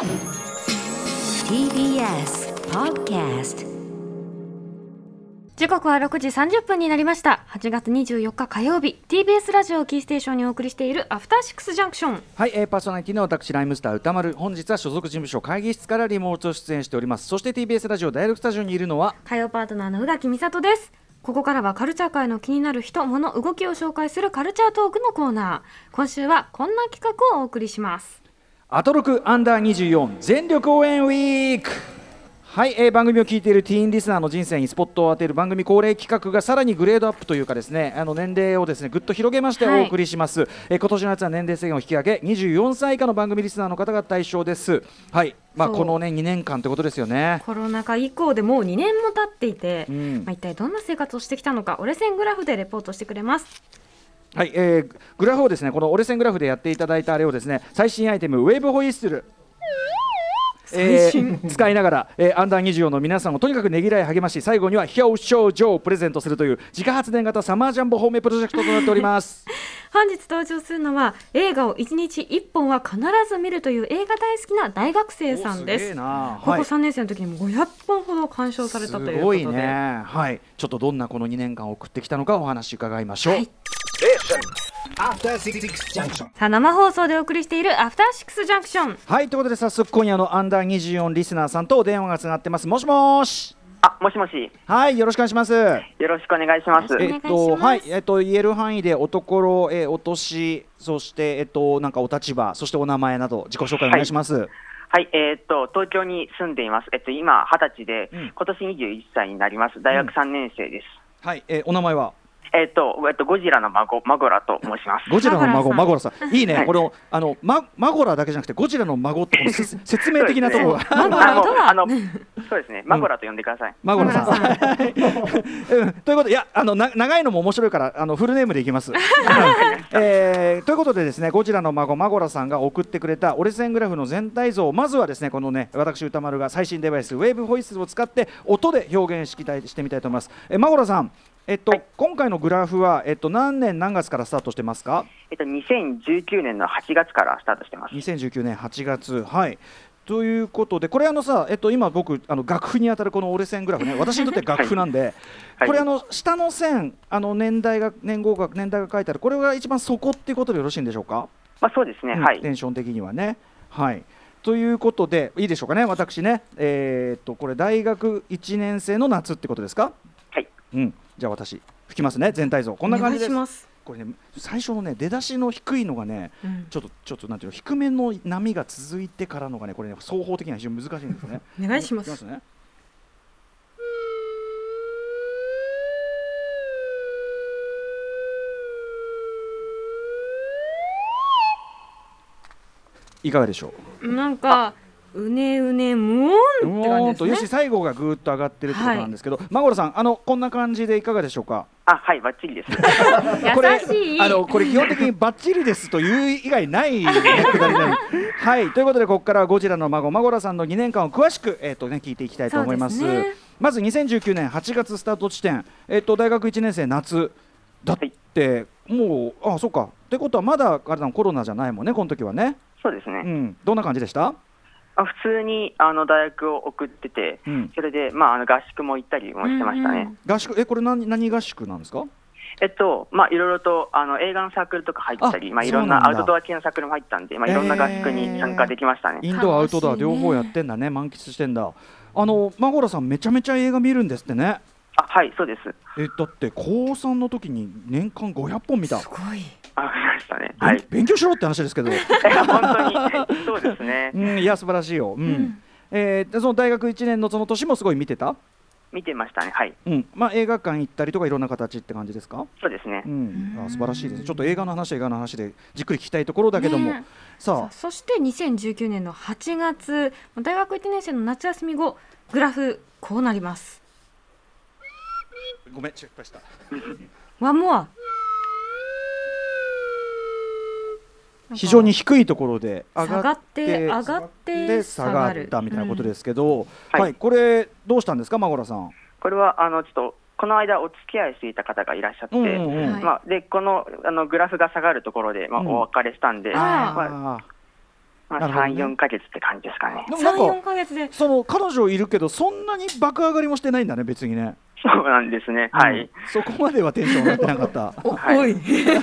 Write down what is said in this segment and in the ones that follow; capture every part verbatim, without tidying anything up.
ティービーエス Podcast。 時刻はろくじさんじゅっぷんになりました。はちがつにじゅうよっか火曜日、 ティービーエス ラジオキーステーションにお送りしているアフターシックスジャンクション。 はい、えー、パーソナリティの私ライムスター歌丸、本日は所属事務所会議室からリモート出演しております。そして ティービーエス ラジオダイレクトスタジオにいるのは火曜パートナーの宇垣美里です。ここからはカルチャー界の気になる人物動きを紹介するカルチャートークのコーナー。今週はこんな企画をお送りします。 アトロクアンダーにじゅうよん全力応援ウィーク。はい、えー、番組を聞いているティーンリスナーの人生にスポットを当てる番組恒例企画がさらにグレードアップというかですね、あの年齢をですねぐっと広げましてお送りします、はい。えー、今年の夏は年齢制限を引き上げにじゅうよんさい以下の番組リスナーの方が対象です。はい、まあ、この、ね、にねんかんということですよね。 コロナ禍以降でもうにねんも経っていて、うん、まあ、一体どんな生活をしてきたのか折れ線グラフでレポートしてくれます。 はい、えー、グラフをですねこの折れ線グラフでやっていただいたあれをですね最新アイテムウェーブホイッスルえー、使いながら、えー、アンダーにじゅうよんの皆さんをとにかくねぎらい励まし、最後には表彰状をプレゼントするという自家発電型サマージャンボホームプロジェクトとなっております本日登場するのは映画をいちにちいっぽんは必ず見るという映画大好きな大学生さんです。 すな、 高校さんねん生の時にもごひゃっぽんほど鑑賞されたということで、すごいね、はい、ちょっとどんなこのにねんかんを送ってきたのかお話伺いましょう。はい、 さあ生放送でお送りしているアフターシックスジャンクション。 はい、ということで早速今夜のアンダーにじゅうよんリスナーさんとお電話がつながってます。もしもし。 あ、もしもし。 はい、よろしくお願いします。 よろしくお願いします。 えっとはい、えっと言える範囲でおところ、えお年、そしてえっとなんかお立場、そしてお名前など自己紹介お願いします。はい、 はい、えー、っと東京に住んでいます。えっと今はたちで、うん、今年にじゅういっさいになります。大学さんねん生です。 うん、はい、えー、お名前は。 えー、っとえっとゴジラの孫マゴラと申します。 ゴジラの孫マゴラさん、いいね、はい、このあのママゴラだけじゃなくてゴジラの孫ってこの説明的なところがマゴラとはあのそうですね、マゴラと呼んでください。 マゴラさん、うん、ということで、いやあのな長いのも面白いからあのフルネームでいきます、えー、ということでですね、ゴジラの孫マゴラさんが送ってくれた折れ線グラフの全体像をまずはですねこのね私歌丸が最新デバイスウェーブホイッスルを使って音で表現してみたいと思います。えー、マゴラさん、えっとはい、今回のグラフは、えっと、何年何月からスタートしてますか？ えっと、にせんじゅうきゅうねんのはちがつからスタートしてます。 にせんじゅうきゅうねんはちがつ、はい。ということで、これあのさ、えっと、今僕あの楽譜に当たるこの折れ線グラフね、私にとって楽譜なんで、はいはい、これあの下の線、あの年代が年号が年代が書いてある、これが一番底っていうことでよろしいんでしょうか？ まあ、そうですね、 うん、 はい。 テンション的にはね、はい。ということでいいでしょうかね、私ね、えー、っとこれ大学いちねん生の夏ってことですか？ はい。 うん、じゃあ私吹きますね、全体像こんな感じです。 お願いします。 これね、最初のね出だしの低いのがね、うん、ちょっとちょっとなんていうの、低めの波が続いてからのがね、これね双方的には非常に難しいんですね。 お願いします。 いきますね。いかがでしょう？ なんかうねうねむおんって感じですね。 よし、最後がぐーっと上がってるってことなんですけど、はい、マゴラさん、あのこんな感じでいかがでしょうか？ あ、はい、バッチリですこれ優しい。 あのこれ基本的にバッチリですという以外ない、ね、くだりなのはい、ということでここからはゴジラの孫マゴラさんのにねんかんを詳しく、えーとね、聞いていきたいと思います。 そうですね。 まずにせんじゅうきゅうねんはちがつスタート地点、えーと大学いちねん生夏だって、はい、もうあそうかってことはまだあれだコロナじゃないもんね、この時はね。 そうですね、 うん、どんな感じでした？ あ、普通にあの大学を送ってて、うん、それで、まあ、あの合宿も行ったりもしてましたね。うんうん、 合宿、えこれ 何, 何合宿なんですか？ えっとまあ、いろいろとあの映画のサークルとか入ったり、まあ、いろんなアウトドア系のサークルも入ったんで、まあ、いろんな合宿に参加できましたね。 インドアアウトドア両方やってんだね、満喫してんだ。あのマゴラさんめちゃめちゃ映画見るんですってね。 あ、はい、そうです。 えだって高さんの時に年間ごひゃっぽん見た。 すごい。 あ、見ましたね。はい、 勉強しろって話ですけど本当にそうですね、 うん、いや素晴らしいよ、うんうん、えー、その大学いちねんのその年もすごい見てた？ 見てましたね、はい、 うん、まあ、映画館行ったりとかいろんな形って感じですか？ そうですね、 うん、あ素晴らしいです。ちょっと映画の話は映画の話でじっくり聞きたいところだけども、ね、さあそしてにせんじゅうきゅうねんのはちがつ大学いちねん生の夏休み後グラフこうなります。 ごめん失敗したワンモア非常に低いところで上がって上がって下がったみたいなことですけど、 うんはいはい、これどうしたんですか、マゴラさん？ これはあのちょっとこの間お付き合いしていた方がいらっしゃって、うんうんうん、まあ、でこの、あのグラフが下がるところで、まあ、お別れしたんで、うん、まあ、 まあ、さん、よんかげつって感じですかね。 でもさん、よんなんかかげつでその彼女いるけどそんなに爆上がりもしてないんだね別にね。 そうなんですね。はうんい。 そこまではテンション上がってなかったお、 はいおい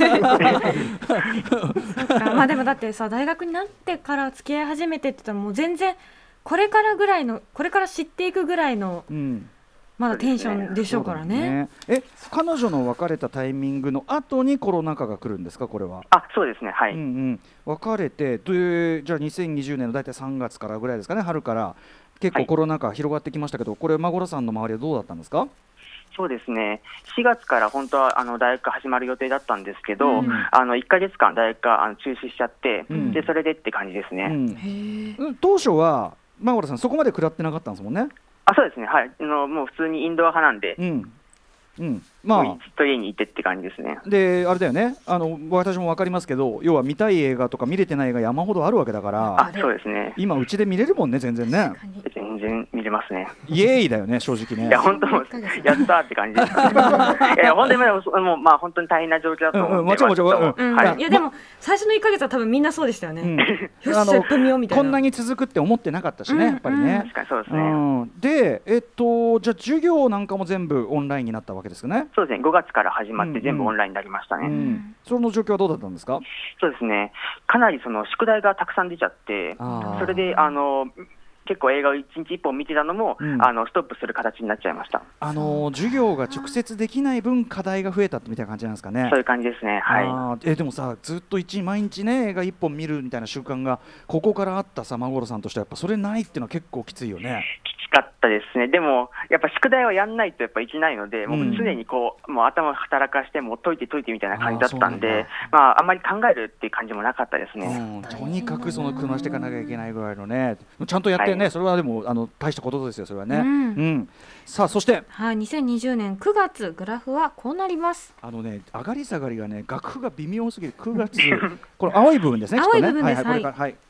まあでもだってさ大学になってから付き合い始めてって言ったらもう全然これからぐらいのこれから知っていくぐらいのうんまだテンションでしょうからね。 そうだね。え彼女の別れたタイミングの後にコロナ禍が来るんですかこれは。 あ、そうですね。はうんうい。 ん、別れてというじゃあにせんにじゅうねんの大体さんがつからぐらいですかね春から結構コロナ禍広がってきましたけど、これマゴラさんの周りはどうだったんですか。 そうですね。しがつから本当はあの大学始まる予定だったんですけど、 うんあのいっかげつかん大学があの中止しちゃって、 うんでそれでって感じですね。 うんへえ。 うん、当初はマゴラさんそこまで食らってなかったんですもんね。 あ、そうですね。はい。あのもう普通にインドア派なんで、 うんうん、 もまうずっと家にいてって感じですね。 あであれだよねあの私も分かりますけど要は見たい映画とか見れてない映画山ほどあるわけだからあ、そうですね。 今うちで見れるもんね全然ね全然見れますね。 イエーイだよね正直ね。 いや本当もうやったーって感じです、ね。いや本当にもうもうまあ本当に大変な状況だと思って、 うんうんもちろんもちろんまあちょっとうん、 はいいやでも最初のいっかげつは多分みんなそうでしたよね。 うんよっしゃあのやってみようみたいな。 こんなに続くって思ってなかったしね、 うんやっぱりね確。かにそうですね。 うん、で、えっと、じゃあ授業なんかも全部オンラインになったわけですかね。 そうですね。ごがつから始まっうんうんて全部オンラインになりましたね。 うん、その状況はどうだったんですか。 そうですね。かなりその宿題がたくさん出ちゃって、 あーそれであの結構映画をいちにちいっぽん見てたのも、 うんあのストップする形になっちゃいました。 あの授業が直接できない分課題が増えたみたいな感じなんですかね。 そういう感じですね。はい。 あーえでもさずっと一毎日ね映画一本見るみたいな習慣がここからあったさマゴロさんとしてはやっぱそれないっていうのは結構きついよね。 きつかったですね。でもやっぱ宿題はやんないとやっぱいけないので、もう常にこうもう頭を働かしてもう解いて解いてみたいな感じだったんあーそうなんでだ、 まああんまり考えるっていう感じもなかったですね。 うん、とにかくその組ましていかなきゃいけないぐらいのねちゃんとやってね、 はいそれはでもあの大したことですよそれはね。 うんうん、さあそしてはい、にせんにじゅうねんくがつグラフはこうなります。 あのね上がり下がりがね楽譜が微妙すぎるくがつこれ青い部分ですねきっとね青い部分ですはいはいこれからはい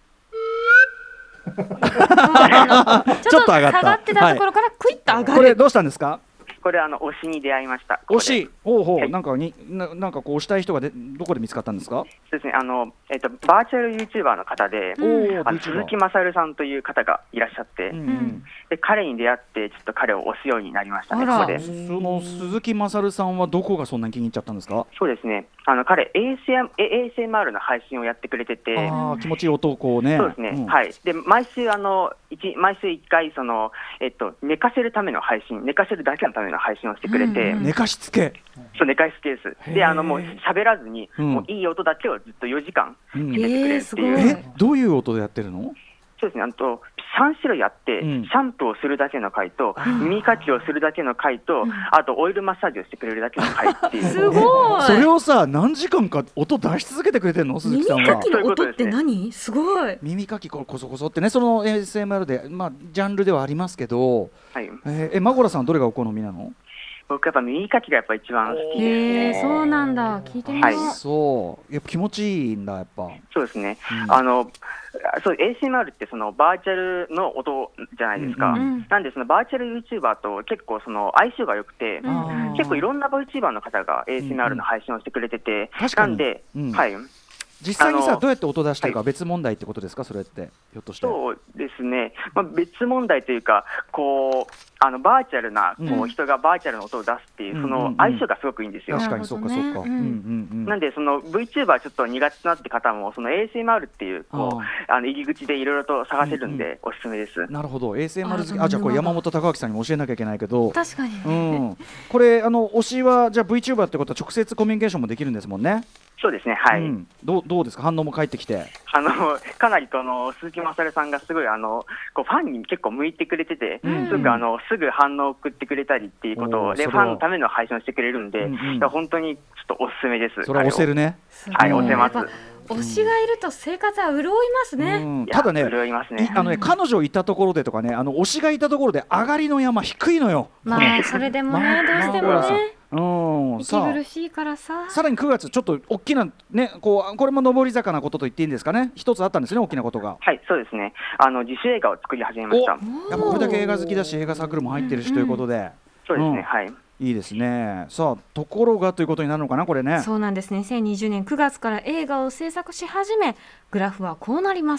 あのちょっと上がった下がってたところからクイッと上がる。 これどうしたんですか。 これあの推しに出会いました。ここで推しほうほう、 はいなんかにななんかこう推したい人がでどこで見つかったんですか。 そうですね。あのえっとバーチャルユーチューバーの方で、 おーあの VTuber 鈴木まさるさんという方がいらっしゃって、 うんううんんで彼に出会ってちょっと彼を推すようになりましたね。 あらここで。 その鈴木まさるさんはどこがそんなに気に入っちゃったんですか。 そうですね。あの彼 エーエスエム エーエスエムアール の配信をやってくれてて。 あー気持ちいい音をこうね。 そうですね、 んはい、で毎週あの、一毎週いっかいその、えっと、寝かせるための配信、寝かせるだけのための配信をしてくれて、 うんうん寝かしつけ。 そう寝かしつけですへーであのもう喋らずに、 うんもういい音だけをずっとよじかんうん入れてくれるっていう、 えーすごいえどういう音でやってるの。 そうですね、あとさん種類あって、 うんシャンプーをするだけの回と、 ん耳かきをするだけの回と、あとオイルマッサージをしてくれるだけの回っていう。 すごい。 それをさ何時間か音出し続けてくれてるの鈴木さんは。 耳かきの音って何？すごい。 耳かきここそこそってねその エーエスエムアール でまあジャンルではありますけど、 はい、 えーえマゴラさんどれがお好みなの。 僕やっぱ耳かきがやっぱ一番好きですへえ、 ね。 そうなんだ。聞いてみよう。 はいそうやっぱ気持ちいいんだやっぱ。 そうですね、 うんあのそう エーエスエムアール ってそのバーチャルの音じゃないですか、 うんうんなんでそのバーチャル ユーチューバー と結構その相性が良くて、 うんあー結構いろんな VTuber の方が エーエスエムアール の配信をしてくれてて、 確かになんで、 うんはい、 実際にあのさどうやって音出してるか別問題ってことですかそれってひょっとして。 そうですね、まあ、別問題というか、こうあのバーチャルなこうんう人がバーチャルの音を出すっていう、そうんうんうんの相性がすごくいいんですよ。 確かにそうかそうか。 なるほどねうんうんうん。 なんでその VTuber ちょっと苦手なって方もその エーエスエムアール っていうこうあの入り口でいろいろと探せるんでおすすめです。 なるほど エーエスエムアール 好きああじゃあこれ沼が山本隆明さんにも教えなきゃいけないけど。 確かに。 うん、これあの推しはじゃあ VTuber ってことは直接コミュニケーションもできるんですもんね。 そうですね、はい。 うん、どうどうですか反応も返ってきて。 あのかなりこの鈴木まさるさんがすごいあのこうファンに結構向いてくれてて、 うんすぐあのすぐ反応を送ってくれたりっていうことをでおーそれはファンのための配信をしてくれるんで、 うんうんいや本当にちょっとおすすめです。 それは押せるね。 はい、 うん押せます。 やっぱ推しがいると生活は潤いますね。 うんいやただね潤いますねいあのね彼女いたところでとかねあの推しがいたところで上がりの山低いのよ。 まあそれでもね、どうしてもマーゴラさんね、 うん、 息さあ苦しいからさ。 さらにくがつちょっと大きなねこうこれも上り坂なことと言っていいんですかね一つあったんですね大きなことが。 はい、そうですね。あの自主映画を作り始めました。 やっぱこれだけ映画好きだし映画サークルも入ってるしということで、 そうですね、 うんはい。 いいですね。さあところがということになるのかなこれね。 そうなんですね。にせんにじゅうねんくがつから映画を制作し始め、グラフはこうなります。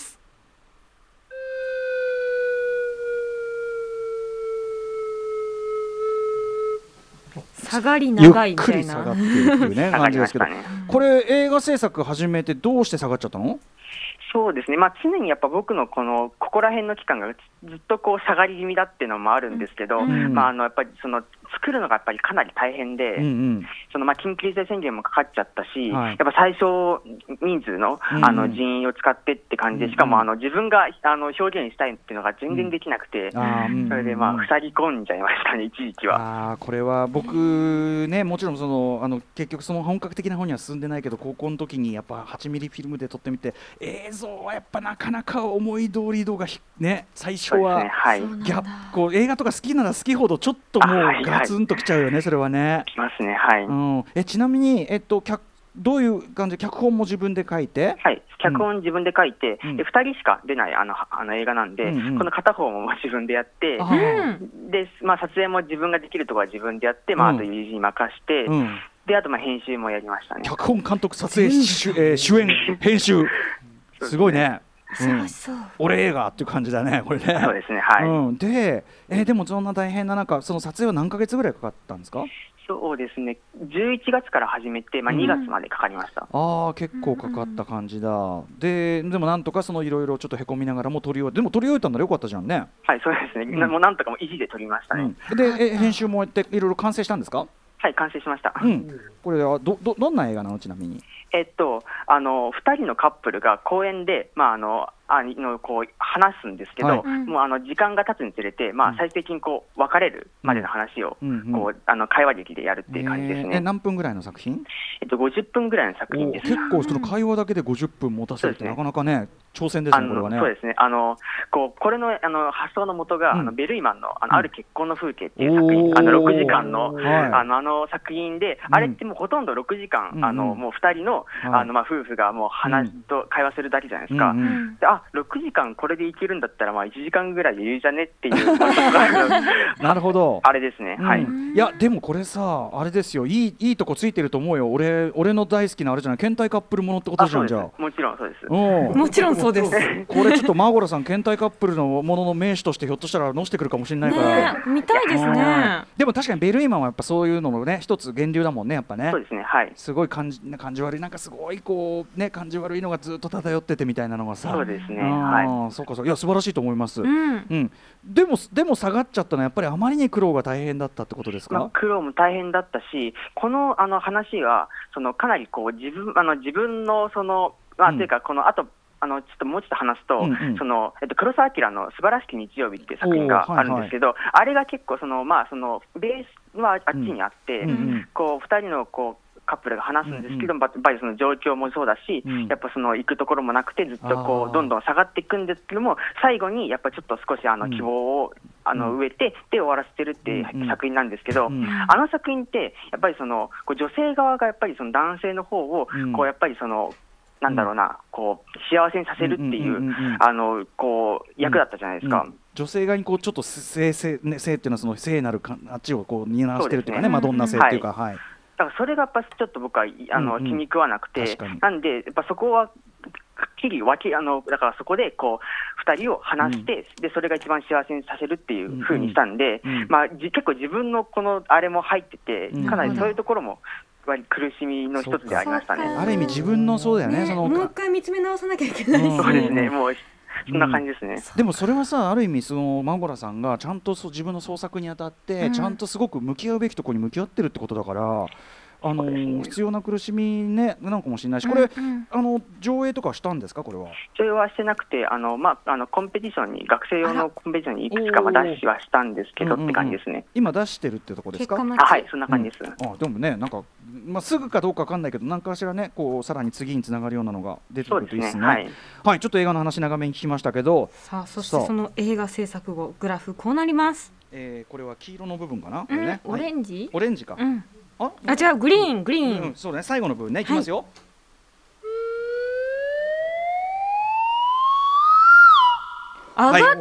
下がり長いみたいな。 ゆっくり下がっているっていうね感じですけど、 ね、 これ映画制作始めてどうして下がっちゃったの？ そうですね、まあ、常にやっぱ僕のこのここら辺の期間がずっとこう下がり気味だっていうのもあるんですけど、うん、まあ、あのやっぱりその作るのがやっぱりかなり大変で、うんうん、そのまあ緊急事態宣言もかかっちゃったし、はい、やっぱ最小人数 の, あの人員を使ってって感じで、しかもあの自分があの表現したいっていうのが全然できなくて、うん、それでまあ塞ぎ込んじゃいましたね、一時期は。 あ、これは僕ね、もちろんそのあの結局その本格的な方には進んでないけど、高校の時にやっぱはちミリフィルムで撮ってみて、映像はやっぱなかなか思い通り度がね、最初は、ね、はい、ギャップこう映画とか好きなら好きほどちょっともうガツンときちゃうよね、はいはい、それはね。 きますね、はい。 うん、えちなみに、えっと、脚どういう感じで脚本も自分で書いて？ はい、脚本自分で書いて、うん、でふたりしか出ないあのあの映画なんで、うんうん、この片方も自分でやって、で、まあ、撮影も自分ができるところは自分でやって、まあ、あと友人に任して、うん、であとまあ編集もやりましたね。 脚本、監督、撮影、主, えー、主演、編集すごいね。うん、俺映画っていう感じだねこれね。 そうですね、はい。 うん、で、えー、でもそんな大変な中、その撮影は何ヶ月ぐらいかかったんですか？ そうですね、じゅういちがつから始めて、まあ、にがつまでかかりました。 うん、あ、結構かかった感じだ。で、でもなんとかそのいろいろちょっとへこみながらも撮り終えて、でも撮り終えたんだらよかったじゃんね。 はい、そうですね、うん、もうなんとかも意地で撮りましたね。 うん、で、え編集もやっていろいろ完成したんですか？ はい、完成しました。 うん、これは ど, ど, どんな映画なの？ちなみに。 えっと、あのふたりのカップルが公園で、まあ、あのあのこう話すんですけど、はい、もうあの時間が経つにつれて、まあ、最終的にこう別れるまでの話を、うんこうあの会話劇でやるっていう感じですね。 えー、何分ぐらいの作品？ えっと、ごじゅっぷんぐらいの作品です。 結構その会話だけでごじゅっぷん持たせるってなかなかね、挑戦ですね、これはね。 そうですね、あのこうこれ の, あの発想の元が、うん、あのベルイマン の, あのある結婚の風景っていう作品、あのろくじかん の,、はい、あのあの作品で、うん、あれってもうほとんどろくじかん、うん、あのもうふたり の,、はい、あのまあ、夫婦がもう話と会話するだけじゃないですか。うんうん、で、あ、ろくじかんこれでいけるんだったら、まあいちじかんぐらい余裕じゃねっていうなるほど、 あれですね、うん、はい。 いやでもこれさ、あれですよ、いい、いいとこついてると思うよ。 俺, 俺の大好きなあれじゃない、倦怠カップルものってことじゃん。じゃあもちろんそうです。 もちろんそうですこれちょっとマーゴラさん、倦怠カップルのものの名手としてひょっとしたら載せてくるかもしれないから、 ね、見たいですね。 でも確かにベルイマンはやっぱそういうののね、一つ源流だもんね、やっぱね。 そうですね、はい。 すごい感じ、感じ悪い、なんかすごいこうね、感じ悪いのがずっと漂っててみたいなのがさ。 そうですね、はい。 そうかそう、いや素晴らしいと思います。 うんうん、でもでも下がっちゃったのはやっぱりあまりに苦労が大変だったってことですか？ まあ、苦労も大変だったし、このあの話はそのかなりこう自分あの自分のそのまあ、うん、というかこの後あのちょっともうちょっと話すと、うんうん、そのえっと、黒澤明の素晴らしき日曜日っていう作品があるんですけど、はいはい、あれが結構その、まあ、そのベースはあっちにあって、うんうん、こうふたりのこうカップルが話すんですけど、うんうん、やっぱりその状況もそうだし、うん、やっぱその行くところもなくてずっとこうどんどん下がっていくんですけども、最後にやっぱりちょっと少しあの希望を、うん、あの植えてで終わらせてるっていう作品なんですけど、うんうん、あの作品ってやっぱりそのこう女性側がやっぱりその男性の方をこうやっぱりそのなんだろうな、こう幸せにさせるっていうあのこう役だったじゃないですか。うんうん、 女性側にこうちょっと性性ね、性っていうのはその聖なるかあっちをこう担わしてるっていうかね、マドンナ性っていうか、はい。 だからそれがやっぱちょっと僕はあの、うんうん、気に食わなくて、なんでやっぱそこははっきり分けあのだからそこでこうふたりを話して、うん、でそれが一番幸せにさせるっていう風にしたんで、うんうん、まあじ結構自分のこのあれも入ってて、うん、かなりそういうところも割苦しみの一つでありましたね。 ある意味自分のそうだよね。 ね、 そのもう一回見つめ直さなきゃいけない、 うん、そうですね。もうそんな感じですね。 うん、でもそれはさ、ある意味そのマンゴラさんがちゃんとそう自分の創作にあたって、うん、ちゃんとすごく向き合うべきところに向き合ってるってことだから。あのー、必要な苦しみ、ね、なのかもしれないし、これ、うんうん、あの上映とかしたんですか？これは上映はしてなくて、あの、まあ、あのコンペティションに学生用のコンペティションにいくつか出しはしたんですけどって感じですね。うんうんうん、 今出してるってとこですか？ あ、はい、そんな感じです。うん、 あでもね、なんか、まあ、すぐかどうか分かんないけど、何かしらね、こうさらに次につながるようなのが出てくるといいですね。はい、はい、ちょっと映画の話長めに聞きましたけど、 さあそしてその映画制作後グラフこうなります。 えー、これは黄色の部分かな、 うん、 これね、 オレンジ、 はい、オレンジか、 うん、ああ違うグリーングリーン、 うん、そうね、最後の部分ね、いきますよ。はい、 上がった、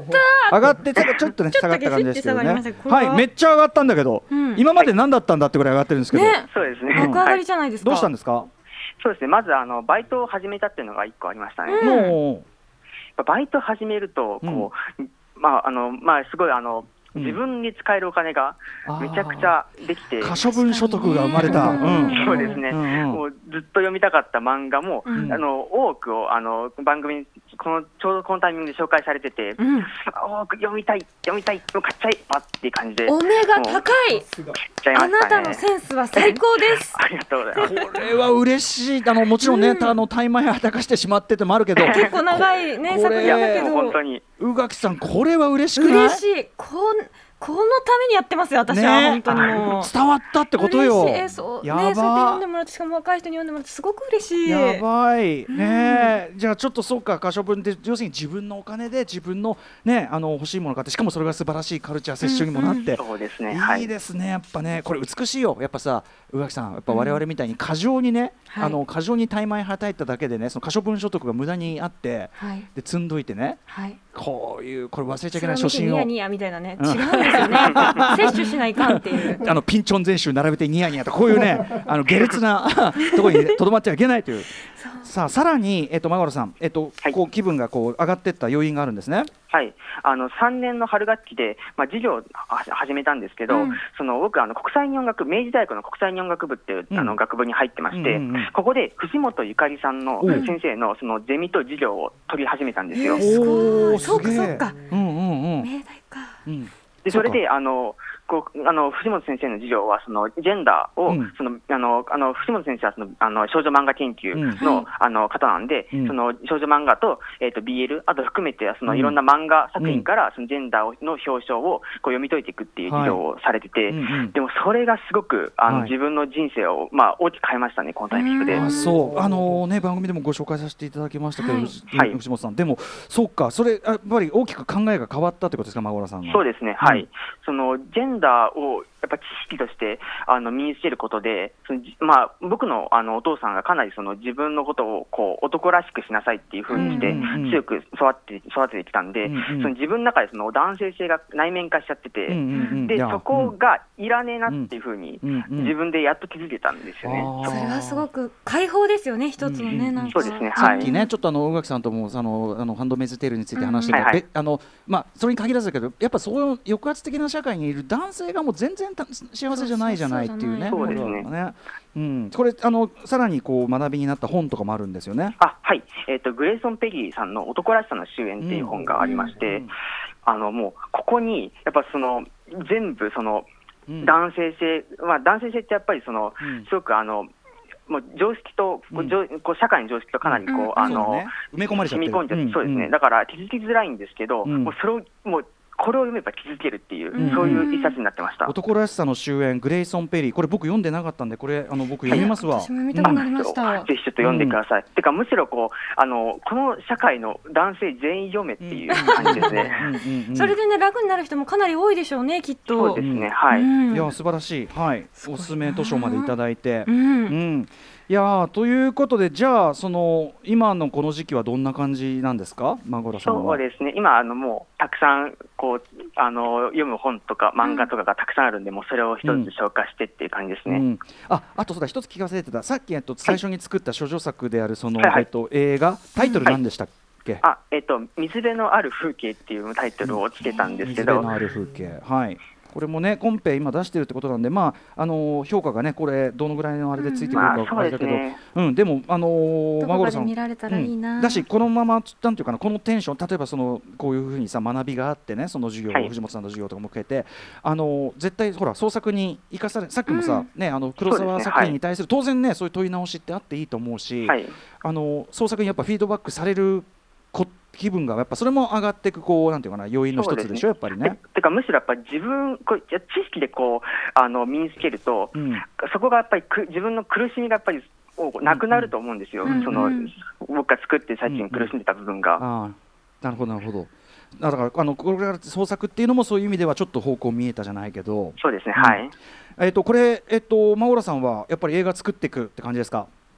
上がってちょっとちょっとね下がった感じですけどね。はい、めっちゃ上がったんだけど、 うん、 今まで何だったんだってぐらい上がってるんですけど、 ね、 そうですね。 爆上がりじゃないですか。 どうしたんですか？ そうですね。まずあのバイトを始めたっていうのが一個ありましたね。 うん、 もうバイト始めるとこう、うん、まああのまあすごいあの。自分に使えるお金がめちゃくちゃできて、 可処分所得が生まれた、 うん、そうですね、うんうん、もうずっと読みたかった漫画も、うん、あの多くをあの番組このちょうどこのタイミングで紹介されてて、うん、多く読みたい読みたい買っちゃいばっていう感じで、 お目が高い、 ね、あなたのセンスは最高ですありがとうございます。 これは嬉しい。あのもちろんね、うん、あのタイマーやたかしてしまっててもあるけど結構長いね作品だけど、 本当に宇垣さんこれは嬉しくない？ 嬉しい。こんこのためにやってますよ私は、ね、本当にもう伝わったってことよ。 嬉しい。そうやば、ね、そうやって読んでもらって、しかも若い人に読んでもらってすごく嬉しい。 やばいね、うん、じゃあちょっとそうか、可処分で要するに自分のお金で自分のねあの欲しいもの買って、しかもそれが素晴らしいカルチャー摂取にもなって、 うんうん、そうですね、 いいですね。やっぱねこれ美しいよ。やっぱさ宇垣さんやっぱ我々みたいに過剰にね、うん、あの過剰に怠慢はたいただけでね、その可処分所得が無駄にあって、はい、で積んどいてね、はい、こういうこれ忘れちゃいけない初心をニヤニヤみたいなね、違うんですよね摂取しないかんっていうあのピンチョン全集並べてニヤニヤとこういうねあの下劣なところにとどまっちゃいけないというさあさらに、えっと、マゴロさん、えっとはい、こう気分がこう上がっていった要因があるんですね。 はい、あのさんねんの春学期で、まあ、授業を始めたんですけど、うん、その僕あの国際日本学明治大学の国際日本学部っていう、うん、あの学部に入ってまして、うんうんうん、ここで藤本ゆかりさんの先生のそのゼミと授業を取り始めたんですよ。 えー、すごい。そうかそうか、うんうんうん、明大か、 うん、でそれであのこうあの藤本先生の授業はそのジェンダーを、うん、そのあのあの藤本先生はそのあの少女漫画研究の、うん、あの方なんで、うん、その少女漫画と、えー、と ビーエル あと含めてそのいろんな漫画作品から、うん、そのジェンダーの表彰をこう読み解いていくっていう授業をされてて、はい、うんうん、でもそれがすごくあの、はい、自分の人生を、まあ、大きく変えましたね、このタイミングで。 あそうあの、ね、番組でもご紹介させていただきましたけど、はい、藤本さんでもそうか、それやっぱり大きく考えが変わったってことですか、マゴラさんが。 そうですね、はい、うん、そのジェンダーをやっぱ知識としてあの身につけることで、その、まあ、僕 の, あのお父さんがかなりその自分のことをこう男らしくしなさいっていう風にして強く育って育ててきたんで、うんうん、その自分の中でその男性性が内面化しちゃってて、うんうんうん、でそこがいらねえなっていう風に自分でやっと気づけたんですよね。 それはすごく解放ですよね、一つのね、なんかそうですね、 はい、さっきねちょっとあの宇垣さんともあのあのハンドメイズテールについて話してた、うんはいはい、あのまあ、それに限らずだけどやっぱそういう抑圧的な社会にいる男性がもう全然幸せじゃないじゃないっていうね。 そうですね。 うん、これあのさらにこう学びになった本とかもあるんですよね。 あ、はい、えーと、グレイソン・ペギーさんの男らしさの終焉っていう本がありまして、うんうん、あのもうここにやっぱその全部その男性性、うん、まあ、男性性ってやっぱりその、うん、すごくあのもう常識と、うん、こう社会の常識とかなりこう、うん、あの、ね、 埋め込まれちゃってる、 染み込んじゃって、うん、そうですね、だから気づきづらいんですけど、うん、もうそれをもうこれを読めば気づけるっていう、うん、そういう一冊になってました。 男らしさの終焉、グレイソン・ペリー、これ僕読んでなかったんで、これあの僕読みますわ。 私も読みたくなりました、 うん、ぜひちょっと読んでください、うん、てかむしろこうあのこの社会の男性全員読めっていう感じですね。 それでね楽になる人もかなり多いでしょうね、きっと。 そうですね、はい、うん、 いや素晴らしい、はい、おすすめ図書までいただいて、うん、うん、いやということで、じゃあその今のこの時期はどんな感じなんですか、マゴラさんは。 そうですね、今あのもうたくさんこうあの読む本とか漫画とかがたくさんあるんで、うん、もうそれを一つ消化してっていう感じですね、うん、 あ, あとそうだ一つ聞かせてた、さっき、えっと、最初に作った処女作であるその、はい、えっと、映画タイトル何でしたっけ。はい、 あえっと、水辺のある風景っていうタイトルをつけたんですけど、 水辺のある風景、はい、これもねコンペ今出してるってことなんで、まああのー、評価がねこれどのぐらいのあれでついてくるか分からないけど、うんまあね、うん、でもあのー、 マゴラさん見られたらいいな、 うん、だしこのままなんていうかな、このテンション、例えばそのこういうふうにさ学びがあってね、その授業、はい、藤本さんの授業とかも含めて、あのー、絶対ほら創作に生かされ、さっきもさ、うん、ねあの黒沢作品に対する、当然ねそういう問い直しってあっていいと思うし、はい、あのー、創作にやっぱフィードバックされるこ気分がやっぱそれも上がっていくこうなんていうかな要因の一つでしょ、やっぱりね。 てかむしろやっぱり自分こう知識でこうあの身につけると、うん、そこがやっぱりく自分の苦しみがやっぱりなくなると思うんですよ、うん、その、うん、僕が作って最中に苦しんでた部分が、うんうん、あなるほどなるほど。だからあのこれから創作っていうのもそういう意味ではちょっと方向見えたじゃないけど。 そうですね、はい、 えー、とこれ、えー、とマゴラさんはやっぱり映画作っていくって感じですか。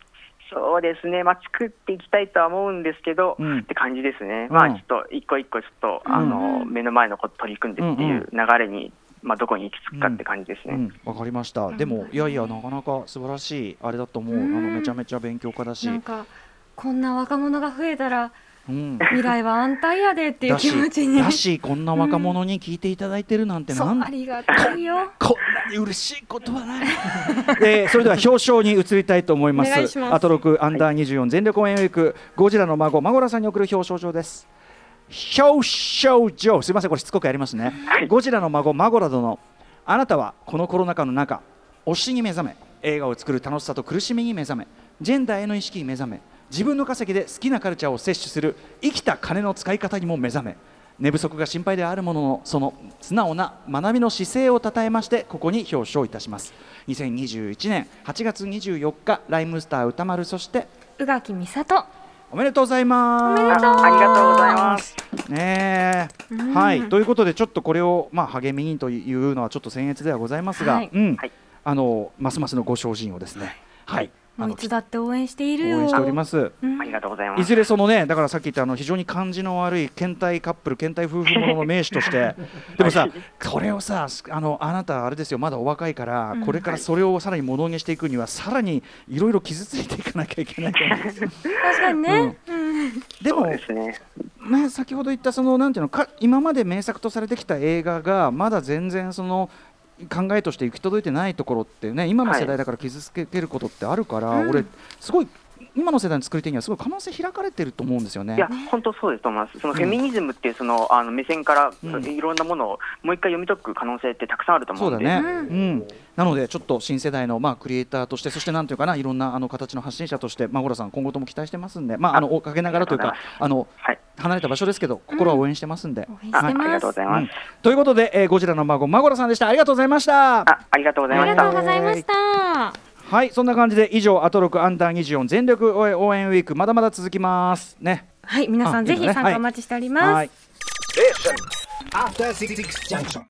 そうですね、まあ、作っていきたいとは思うんですけど、うん、って感じですね、まあ、ちょっと一個一個ちょっと、うん、あの目の前のこと取り組んでっていう流れに、まあ、どこに行き着くかって感じですね。わ、うんうん、かりました。でもいやいやなかなか素晴らしいあれだと思う、うん、あのめちゃめちゃ勉強家だし、 なんかこんな若者が増えたらうん、未来は安泰やでっていう気持ちにだし、こんな若者に聞いていただいてるなんて、なんそうありがたいよ。 こんなに嬉しいことはない、えー、それでは表彰に移りたいと思います。 お願いします。 アトロクアンダーにじゅうよん全力応援ウィーク、ゴジラの孫マゴラさんに送る表彰状です。表彰状、すいませんこれしつこくやりますね、はい、ゴジラの孫マゴラ殿、あなたはこのコロナ禍の中推しに目覚め、映画を作る楽しさと苦しみに目覚め、ジェンダーへの意識に目覚め、自分の稼ぎで好きなカルチャーを摂取する生きた金の使い方にも目覚め、寝不足が心配であるもののその素直な学びの姿勢をたたえましてここに表彰いたします。にせんにじゅういちねんはちがつにじゅうよっかライムスター歌丸、そして宇垣美里、 おめでとうございます。 おめでとう、 ありがとうございますねえ、はい、ということでちょっとこれを、まあ、励みにというのはちょっと僭越ではございますが、はい、うん、はい、あのますますのご精進をですね、はい、 もういつだって応援しているよ。 応援しております、 うん、ありがとうございます。 いずれそのね、だからさっき言ったあの非常に感じの悪い倦怠カップル、倦怠夫婦ものの名手としてでもさ、これをさ、あのあなたあれですよ、まだお若いから、うん、これからそれをさらにものにしていくにはさらにいろいろ傷ついていかなきゃいけないと思うんです確かにね、うん、 でもですね、ね、先ほど言ったそのなんていうのか、今まで名作とされてきた映画がまだ全然その考えとして行き届いてないところってね、今の世代だから傷つけることってあるから、はい、俺すごい今の世代の作り手にはすごい可能性開かれてると思うんですよね。 いや本当そうですと思います。そのフェミニズムっていうその、あの目線からいろんなものをもう一回読み解く可能性ってたくさんあると思うんで。 そうだね、うん、なのでちょっと新世代の、まあ、クリエイターとして、そしてなんていうかな、いろんなあの形の発信者としてマゴラさん今後とも期待してますんで、まあ、あのおかげながらというかあの、はい、離れた場所ですけど心は応援してますんで、 うん、応援してます、 ありがとうございます、うん、 ということで、えー、ゴジラの孫マゴラさんでした。ありがとうございました。 あ、ありがとうございました。 ありがとうございました。 はい、そんな感じで以上アトロクアンダーにじゅうよん全力応援ウィークまだまだ続きますね。 はい、皆さんぜひ参加お待ちしております。 はい。